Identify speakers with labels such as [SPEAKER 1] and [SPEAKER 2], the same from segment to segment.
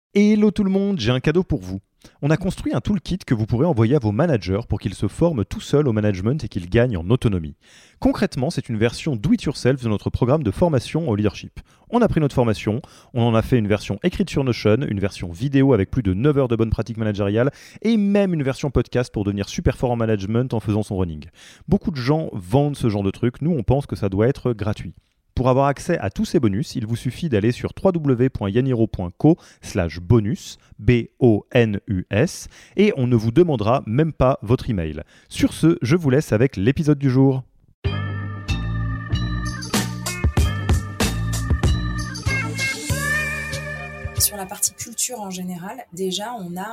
[SPEAKER 1] Hello tout le monde, j'ai un cadeau pour vous. On a construit un toolkit que vous pourrez envoyer à vos managers pour qu'ils se forment tout seuls au management et qu'ils gagnent en autonomie. Concrètement, c'est une version do-it-yourself de notre programme de formation au leadership. On a pris notre formation, on en a fait une version écrite sur Notion, une version vidéo avec plus de 9 heures de bonnes pratiques managériales et même une version podcast pour devenir super fort en management en faisant son running. Beaucoup de gens vendent ce genre de truc, nous on pense que ça doit être gratuit. Pour avoir accès à tous ces bonus, il vous suffit d'aller sur www.yaniro.co/bonus, B-O-N-U-S, et on ne vous demandera même pas votre email. Sur ce, je vous laisse avec l'épisode du jour.
[SPEAKER 2] Sur la partie culture en général, déjà,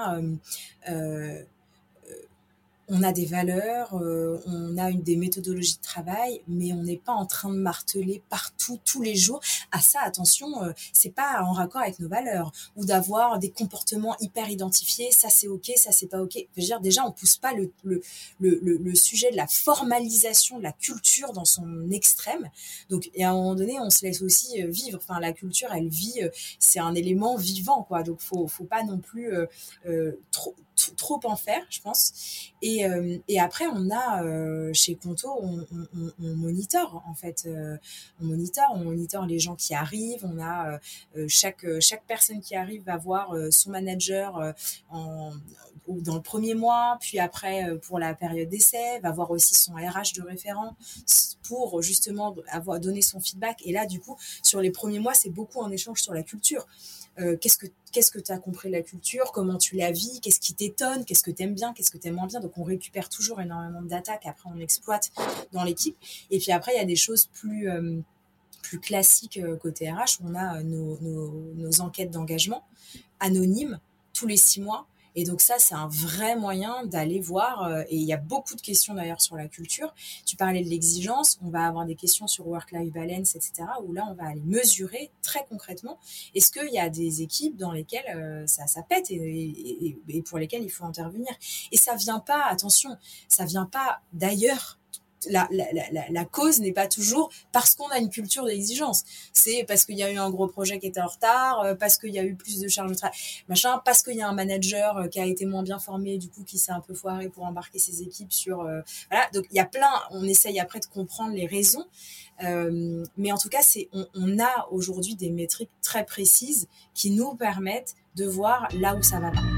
[SPEAKER 2] on a des valeurs, on a des méthodologies de travail, mais on n'est pas en train de marteler partout, tous les jours. Ah ça, attention, c'est pas en raccord avec nos valeurs. Ou d'avoir des comportements hyper identifiés, ça c'est ok, ça c'est pas ok. Je veux dire, déjà, on pousse pas le sujet de la formalisation de la culture dans son extrême. Donc, et à un moment donné, on se laisse aussi vivre. Enfin, la culture, elle vit, c'est un élément vivant, quoi. Donc, faut pas non plus trop en faire, je pense. Et après, on a chez Conto, on monitore en fait. On monitore les gens qui arrivent. On a chaque personne qui arrive va voir son manager dans le premier mois, puis après pour la période d'essai, va voir aussi son RH de référent pour justement donner son feedback. Et là, du coup, sur les premiers mois, c'est beaucoup en échange sur la culture. Qu'est-ce que tu as compris de la culture, comment tu la vis, qu'est-ce qui t'étonne, qu'est-ce que tu aimes bien, qu'est-ce que tu aimes moins bien. Donc, on récupère toujours énormément de data qu'après, on exploite dans l'équipe. Et puis après, il y a des choses plus classiques côté RH. On a nos enquêtes d'engagement anonymes tous les 6 mois. Et donc ça, c'est un vrai moyen d'aller voir. Et il y a beaucoup de questions d'ailleurs sur la culture. Tu parlais de l'exigence. On va avoir des questions sur work-life balance, etc. Où là, on va aller mesurer très concrètement. Est-ce qu'il y a des équipes dans lesquelles ça pète et pour lesquelles il faut intervenir. Et ça vient pas, attention, ça vient pas d'ailleurs. La cause n'est pas toujours parce qu'on a une culture d'exigence. C'est parce qu'il y a eu un gros projet qui était en retard, parce qu'il y a eu plus de charges de travail, machin, parce qu'il y a un manager qui a été moins bien formé, du coup, qui s'est un peu foiré pour embarquer ses équipes sur... voilà, donc il y a plein... On essaye après de comprendre les raisons. Mais en tout cas, on a aujourd'hui des métriques très précises qui nous permettent de voir là où ça va pas.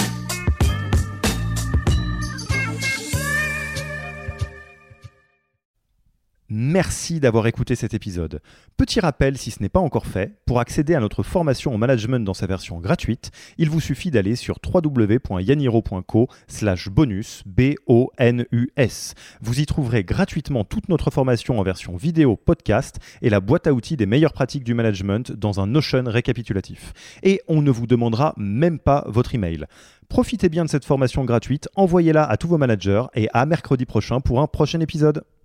[SPEAKER 1] Merci d'avoir écouté cet épisode. Petit rappel, si ce n'est pas encore fait, pour accéder à notre formation au management dans sa version gratuite, il vous suffit d'aller sur www.yaniro.co/bonus, B-O-N-U-S. Vous y trouverez gratuitement toute notre formation en version vidéo podcast et la boîte à outils des meilleures pratiques du management dans un Notion récapitulatif. Et on ne vous demandera même pas votre email. Profitez bien de cette formation gratuite, envoyez-la à tous vos managers et à mercredi prochain pour un prochain épisode.